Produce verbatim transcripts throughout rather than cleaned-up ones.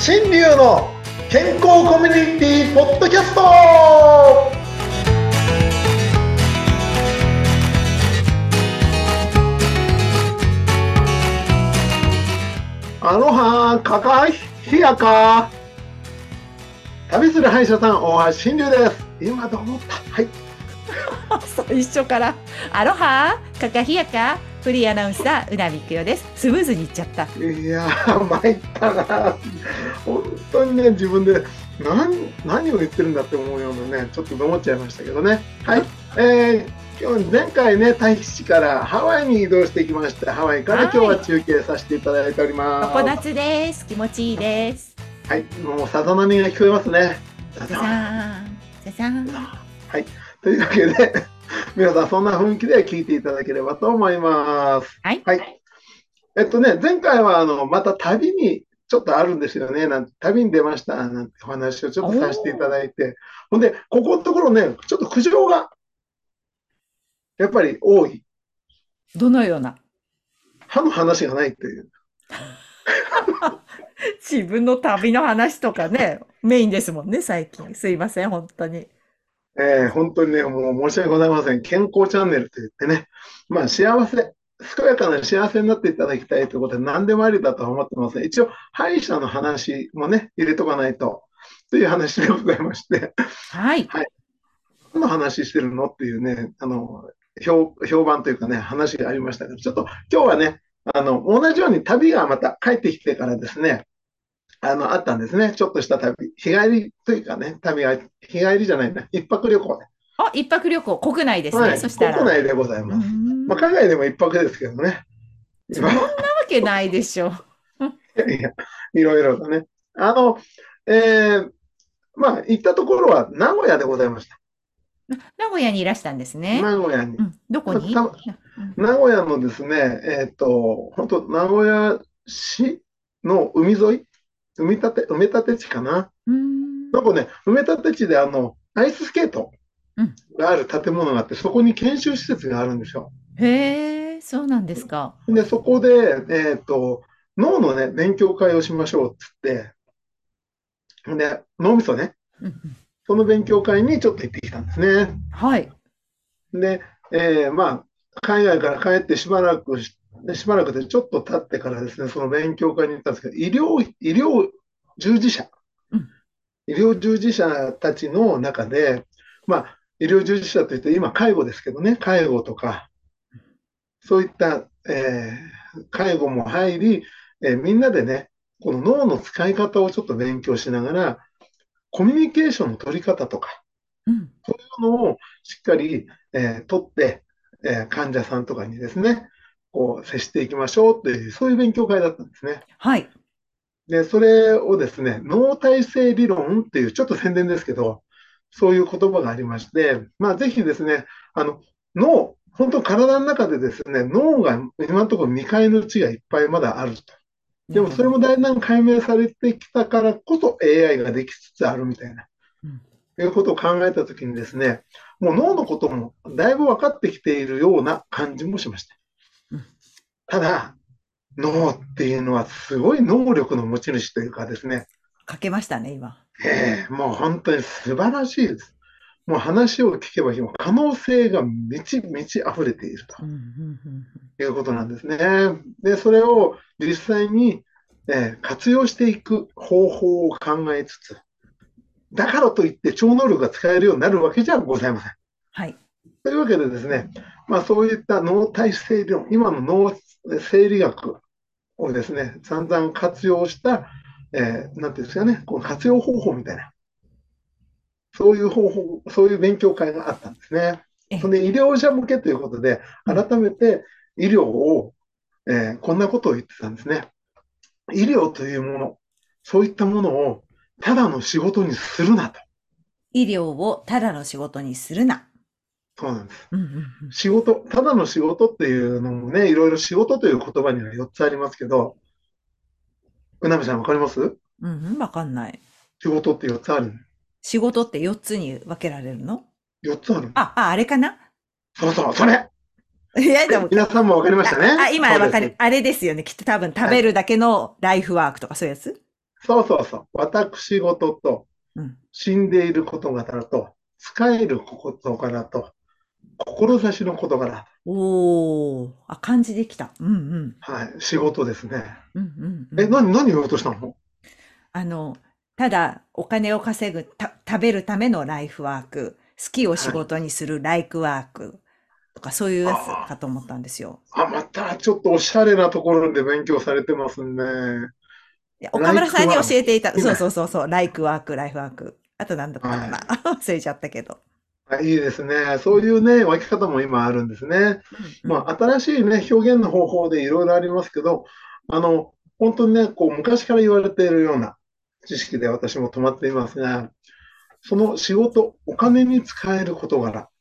新流の健康コミュニティポッドキャスト。アロハカカヒヤカ。旅する歯医者さん大橋新流です。今と思った。はい。 そう一緒からアロハカカヒヤカフリーアナウンサーうなみくよです。スムーズにいっちゃった。 いやー参ったな。本当にね、自分で何何を言ってるんだって思うようなね、ちょっと思っちゃいましたけどね。はい。えー今日前回ね、タヒチからハワイに移動してきました。ハワイから今日は中継させていただいております。 常夏です。気持ちいいです。 はい、もうさざ波が聞こえますね。 さざーん、さざーん。 はい、というわけで皆さんそんな雰囲気で聞いていただければと思います。 はい。 はい、えっとね、前回はあのまた旅にちょっとあるんですよね。なんて旅に出ましたなんてお話をちょっとさせていただいて、ほんでここのところね、ちょっと苦情がやっぱり多い。 どのような歯の話がないっていう。 自分の旅の話とかね、メインですもんね、最近。すいません、本当に。 えー、本当にね、もう申し訳ございません。健康チャンネルといってね、まあ幸せ、健やかな幸せになっていただきたいということで何でもありだとは思ってます。一応、歯医者の話もね、入れとかないと、という話でございまして、 はい。 はい。何の話してるのっていうね、あの、評、評判というかね、話がありましたけど、ちょっと今日はね、あの、同じように旅がまた帰ってきてからですね、あの、あったんですね。ちょっとした旅。日帰りというかね、旅が、日帰りじゃないな、一泊旅行で。 あ、一泊旅行、国内ですね、 はい、 そしたら。 国内でございます。まあ、海外でも一泊ですけどね。 そんなわけないでしょ。 いや、いろいろとね。あの、えー、まあ、行ったところは名古屋でございました。 名古屋にいらしたんですね。 名古屋に。 うん、どこに？ 名古屋のですね、えっと、本当名古屋市の海沿い、埋め立て、埋め立て地かな。 うんなんかね、埋め立て地であの、アイススケートがある建物があって、そこに研修施設があるんですよ。 へえ、そうなんですか。 で、そこで、えっと、脳のね、勉強会をしましょうっつって、で、脳みそね、 うんうん、 その勉強会にちょっと行ってきたんですね。 はい。 で、えーまあ、海外から帰ってしばらくし、しばらくでちょっと経ってからですね、その勉強会に行ったんですけど、医療、医療従事者、 うん、 医療従事者たちの中で、まあ、医療従事者といって今、介護ですけどね、介護とか、そういった、えー介護も入り、えーみんなでね、この脳の使い方をちょっと勉強しながら、コミュニケーションの取り方とか、 うん、 そういうのをしっかり、えー取って、えー患者さんとかにですね、こう接していきましょうという、そういう勉強会だったんですね。 はい。 で、それをですね、脳体制理論っていう、ちょっと宣伝ですけど、そういう言葉がありまして、まあ、ぜひですね、あの脳、本当、体の中でですね、脳が今のところ未開の地がいっぱいまだあると。でも、それもだんだん解明されてきたからこそ エーアイ ができつつあるみたいな、 うん、 いうことを考えたときにですね、もう脳のこともだいぶ分かってきているような感じもしました。 うん、 ただ、脳っていうのはすごい能力の持ち主というかですね、 かけましたね、今。 えーもう本当に素晴らしいです。もう話を聞けば可能性が満ち満ち溢れているとうんうんうんいうことなんですね。で、それを実際に、えー活用していく方法を考えつつ、だからといって超能力が使えるようになるわけじゃございません。 はい。 というわけでですね、まあ、そういった脳体制理論、今の脳生理学をですね、散々活用した、えーなんていうんですかね、この活用方法みたいな、そういう方法、そういう勉強会があったんですね。そえ、 れで医療者向けということで、 うん、 改めて医療を、えーこんなことを言ってたんですね。医療というもの、そういったものをただの仕事にするなと。 医療をただの仕事にするな。 そうなんです。 うんうんうん、 仕事、ただの仕事っていうのもね、いろいろ仕事という言葉にはよっつありますけど、うなべさんわかります？ うんうん、わかんない。 仕事ってよっつある。 仕事ってよっつに分けられるの？ よっつある。 あ、あ、あれかな？ そうそう、それ。 いや、ではい、 も、 皆さんもわかりましたあ、あ、 ね。 今わかる。 そうです。 あれですよね。きっと多分食はい。 べるだけのライフワークとかそういうやつ？ そうそうそう。私事と、 うん。 死んでいる事柄と、使える事柄と、志の事柄。 おー、あ、漢字できた。うんうん。 はい。仕事ですね。 うんうんうえ、 ん。 何、何言おうとしたの？ あの、ただお金を稼ぐ、た、食べるためのライフワーク、好きを仕はい。 事にするライクワークとかそういうやつあかと思ったんですよ。 あ、あ、またちょっとおしゃれなところで勉強されてますね。 いや岡ライ村さんに教クワーク。 えていた、そういいね。 そうそうそう、ライクワーク、ライフワーク。あと何だったかな。 はい。 忘れちゃったけど。 あ、いいですね。 うん、 そういうね、分け方も今あるんですね。 うん、うん。 まあ、新しいね、表現の方法でいろいろありますけど、あの、本当にね、こう、昔から言われているような知識で私も止まっていますが、その仕事、お金に使える事柄、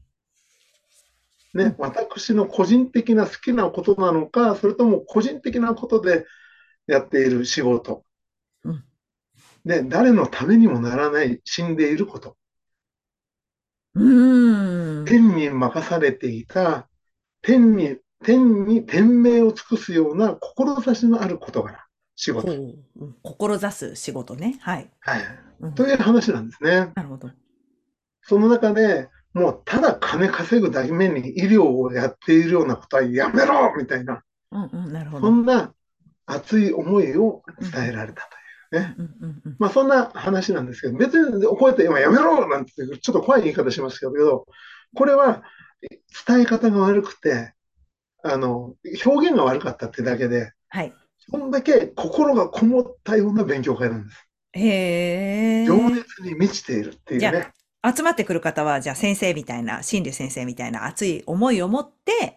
ね、 うん、 私の個人的な好きなことなのか、それとも個人的なことでやっている仕事、 うん。 で、誰のためにもならない死んでいること、 うーん。 天に任されていた天に、天に天命を尽くすような志のある事柄、仕事。 ほう。うん、志す仕事ね。はい。 はい。 うん。 という話なんですね。 なるほど。 その中でもうただ金稼ぐために医療をやっているようなことはやめろみたいな、 うんうん、なるほど。 そんな熱い思いをうんうん。 伝えられたというね。 うんうんうんうん。 まあそんな話なんですけど、別にこうやって今やめろなんてちょっと怖い言い方しますけど、これは伝え方が悪くて、あの、表現が悪かったってだけで、 はい。 そんだけ心がこもったような勉強会なんです。情へえ。 熱に満ちているっていじゃうね。 あ、集まってくる方は、じゃあ先生みたいな、心理先生みたいな熱い思いを持って、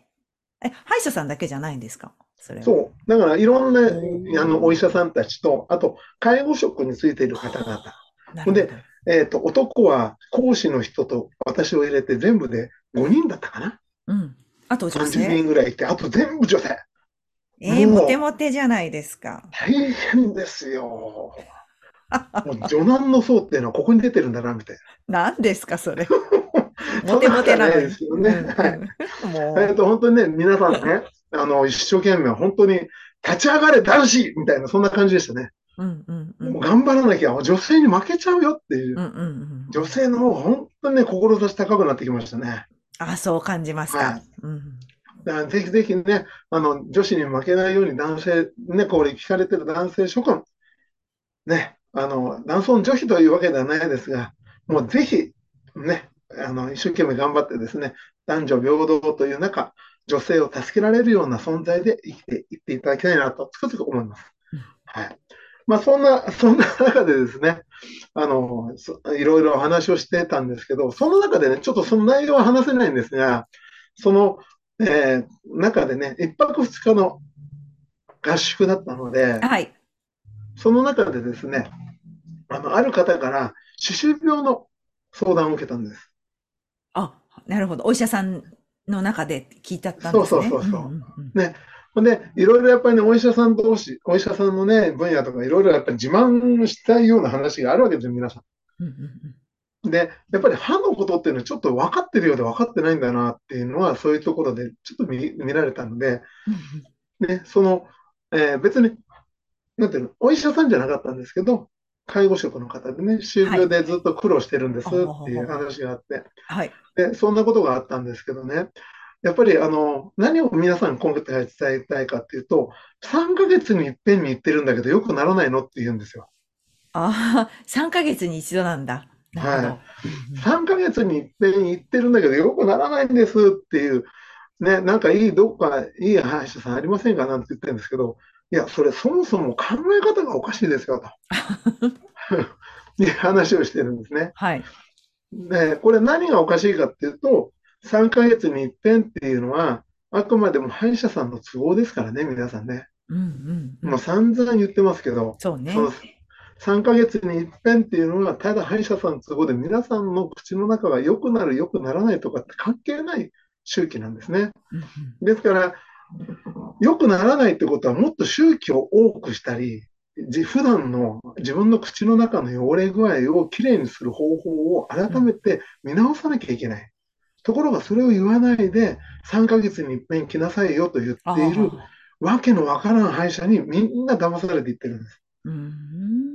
え、歯医者さんだけじゃないんですか？それは。 そう。だからいろんなおあのお医者ー。 さんたちと、あと介護職についている方々。 はあ、なほんで、 るほど。 えっと、男は講師の人と私を入れて全部でごにんだったかな？ うん。あと女さんじゅう性？ 人ぐらいいて、あと全部女性。 ええ、モテもうモテじゃないですか。 大変ですよ。もう女難の層っていうのはここに出てるんだな、みたい何ですか、それ。 な。 モテモそんなことはなテなのに。 いですけどね。 うんはい。 うん。もえっと、本当にね、皆さんね、あの、一生懸命、本当に、立ち上がれ男子みたいな、そんな感じでしたね。 う、うんうんうん。 もう頑張らなきゃ、女性に負けちゃうよっていう、 うんうんうんうん。 女性の方が本当にね、志高くなってきましたね。 あ、そう感じますか。 はい。 うん。 だからぜひぜひね、あの、女子に負けないように男性、ね、これ聞かれてる男性諸君、ね、あの、男尊女卑というわけではないですが、もうぜひ、ね、あの、一生懸命頑張ってですね、男女平等という中、女性を助けられるような存在で生きていっていただきたいなと、つくづく思います。 うん。 はい。まあ、そんな、そんな中でですね、あの、いろいろお話をしてたんですけど、その中でね、ちょっとその内容は話せないんですが、その、えー中でね、一泊二日の合宿だったので、 はい。 その中でですね、あの、ある方から歯周病の相談を受けたんです。 あ、なるほど。お医者さんの中で聞いちゃったんそうそうですね。うんうそうそんうん。 う。ね。ほんで、いろいろやっぱりね、お医者さん同士、お医者さんのね、分野とかいろいろやっぱり自慢したいような話があるわけですよ、皆さうんうんうん。 ん。で、やっぱり歯のことっていうのはちょっと分かってるようで分かってないんだなっていうのは、そういうところでちょっと見、見られたので、 うんうん。 ね、その、えー別になんていうの、お医者さんじゃなかったんですけど、介護職の方でね、歯周はい。 病でずっと苦労してるんでほうほうすっていうほうほうほう。 話があって、 はい。 で、そんなことがあったんですけどね、やっぱりあの何を皆さん今回伝えたいかっていうと、さんかげつに一遍に行ってるんだけど、よくならないのって言うんですよ。 ああ、さんかげつに一度なんだ。なるほはい。 ど。うんうん。 さんかげつに一遍に行ってるんだけど、よくならないんですっていう、ね、なんかいい、どっかいい歯医者さんありませんかなんて言ってるんですけど、いや、それそもそも考え方がおかしいですよと。いう話をしてるんですね。 はい。 で、これ何がおかしいかっていうと、さんかげつに一遍っていうのは、あくまでも歯医者さんの都合ですからね、皆さんね。 うんうんうん。 もう散々言ってますけど、そのそうね。 さんかげつに一遍っていうのは、ただ歯医者さんの都合で皆さんの口の中が良くなる、良くならないとかって関係ない周期なんですね。 うんうん。 ですから、良くならないってことは、もっと周期を多くしたり、じ普段の自分の口の中の汚れ具合をきれいにする方法を改うん。 めて見直さなきゃいけない。ところがそれを言わないで、さんかげつに一遍来なさいよと言っあているあ。 わけのわからん歯医者にみんな騙されていってるんです。 うー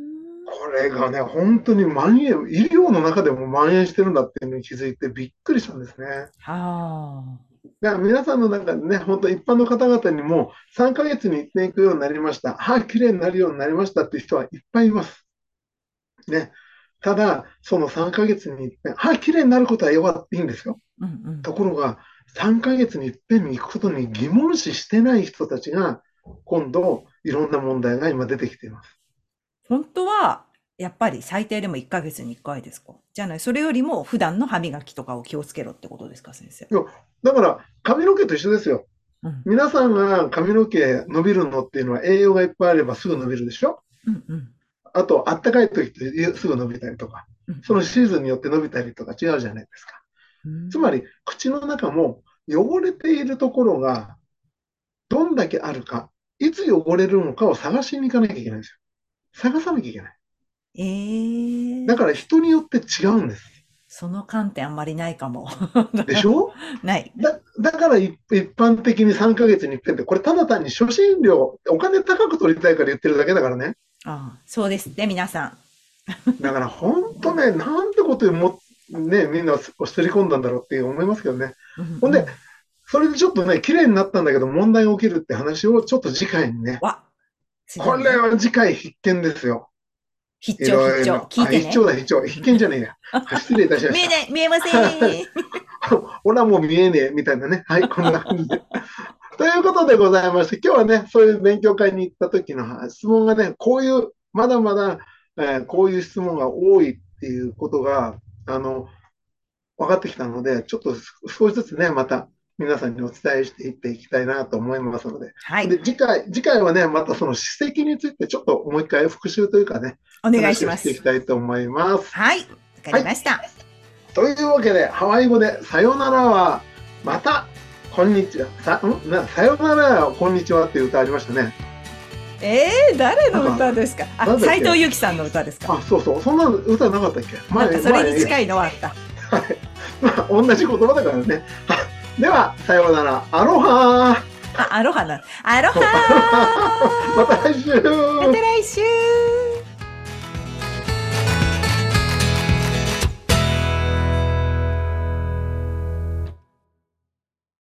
れがね、本当に蔓延、医療の中でも蔓延してるんだっていうのに気づいてびっくりしたんですね。 はだから皆さんの中でね、本当一般の方々にもさんかげつにいって行くようになりました。歯きれいになるようになりましたっていう人はいっぱいいます。ね。ただ、そのさんかげつにいっぺん、歯きれいになることはよかったいいんですよ。 あ。うんうん。 ところが、さんかげつにいっぺんに行くことに疑問視してない人たちが、今度、いろんな問題が今出てきています。 本当は、やっぱり最低でもいっかげつにいっかいですか？じゃない、それよりも普段の歯磨きとかを気をつけろってことですか、先生。 いやだから、髪の毛と一緒ですよ。 うん。 皆さんが髪の毛伸びるのっていうのは栄養がいっぱいあればすぐ伸びるでしょ。 うんうん。 あと、あったかい時ってすぐ伸びたりとか、 うんそのシーズンによって伸びたりとか違うじゃないですか。 うん。 つまり、口の中も汚れているところがどんだけあるか、いつ汚れるのかを探しに行かなきゃいけないんですよ。探さなきゃいけない。 ええー、 だから人によって違うんです。 その観点あんまりないかも。 でしょ。 ない。 だだから一般的にさんかげつに一遍って、これただ単に初診料、お金高く取りたいから言ってるだけだからね。 ああ、そうですって、皆さん。 だから本当ね、なんてことにも、ね、みんなをすり込んだんだろうって思いますけどね。 うんほんで、 うん。 それでちょっとね、綺麗になったんだけど問題が起きるって話をちょっと次回にね、 わ、次に。 これは次回必見ですよ。い必聴必聴。 ろいろ。あ、 聞いてね。 必聴だ、必聴。必見じゃねえや。失礼いたしました。 見えない、見えません。 俺はもう見えねえ、みたいなね。はい、こんな感じで。ということでございまして、今日はね、そういう勉強会に行った時の質問がね、こういう、まだまだ、えーこういう質問が多いっていうことが、あの、分かってきたので、ちょっと少しずつね、また皆さんにお伝えしていっていきたいなと思いますので、 はい。 で、次回、次回はね、またその歯石についてちょっともう一回復習というかね、 お願いし話をしていきます。 たいと思います。 はい。わかはい。 りました。 というわけで、ハワイ語でさよならは、また、こんにちは。さ、んな、さよならはこんにちはっていう歌ありましたね。 えー、誰のなんか、 歌ですか？あ、 なんだっけ。 斉藤由貴さんの歌ですか？ あ、そうそう。そんな歌なかったっけ。 なんか前、 それに前、 近いのはあった。 はい。まあ、同じ言葉だからね。では、さようなら。アロハあ、アロハな。アロハーまた来週ーまた来週